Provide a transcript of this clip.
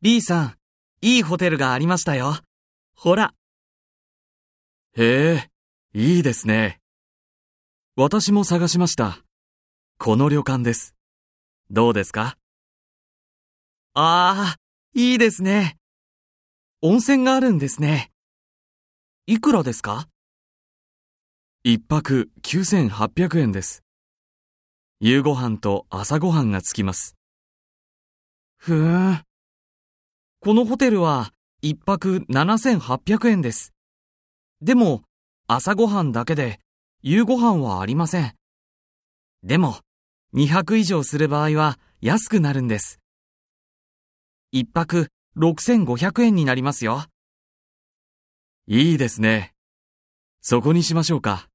B さん、いいホテルがありましたよ。ほら。 へえ、いいですね。私も探しました。この旅館です。どうですか？ ああ、いいですね。温泉があるんですね。いくらですか？ 一泊9800円です。夕ご飯と朝ご飯がつきます。 ふーん。このホテルは一泊7800円です。でも、朝ごはんだけで夕ご飯はありません。でも、2泊以上する場合は安くなるんです。一泊6500円になりますよ。 いいですね。そこにしましょうか。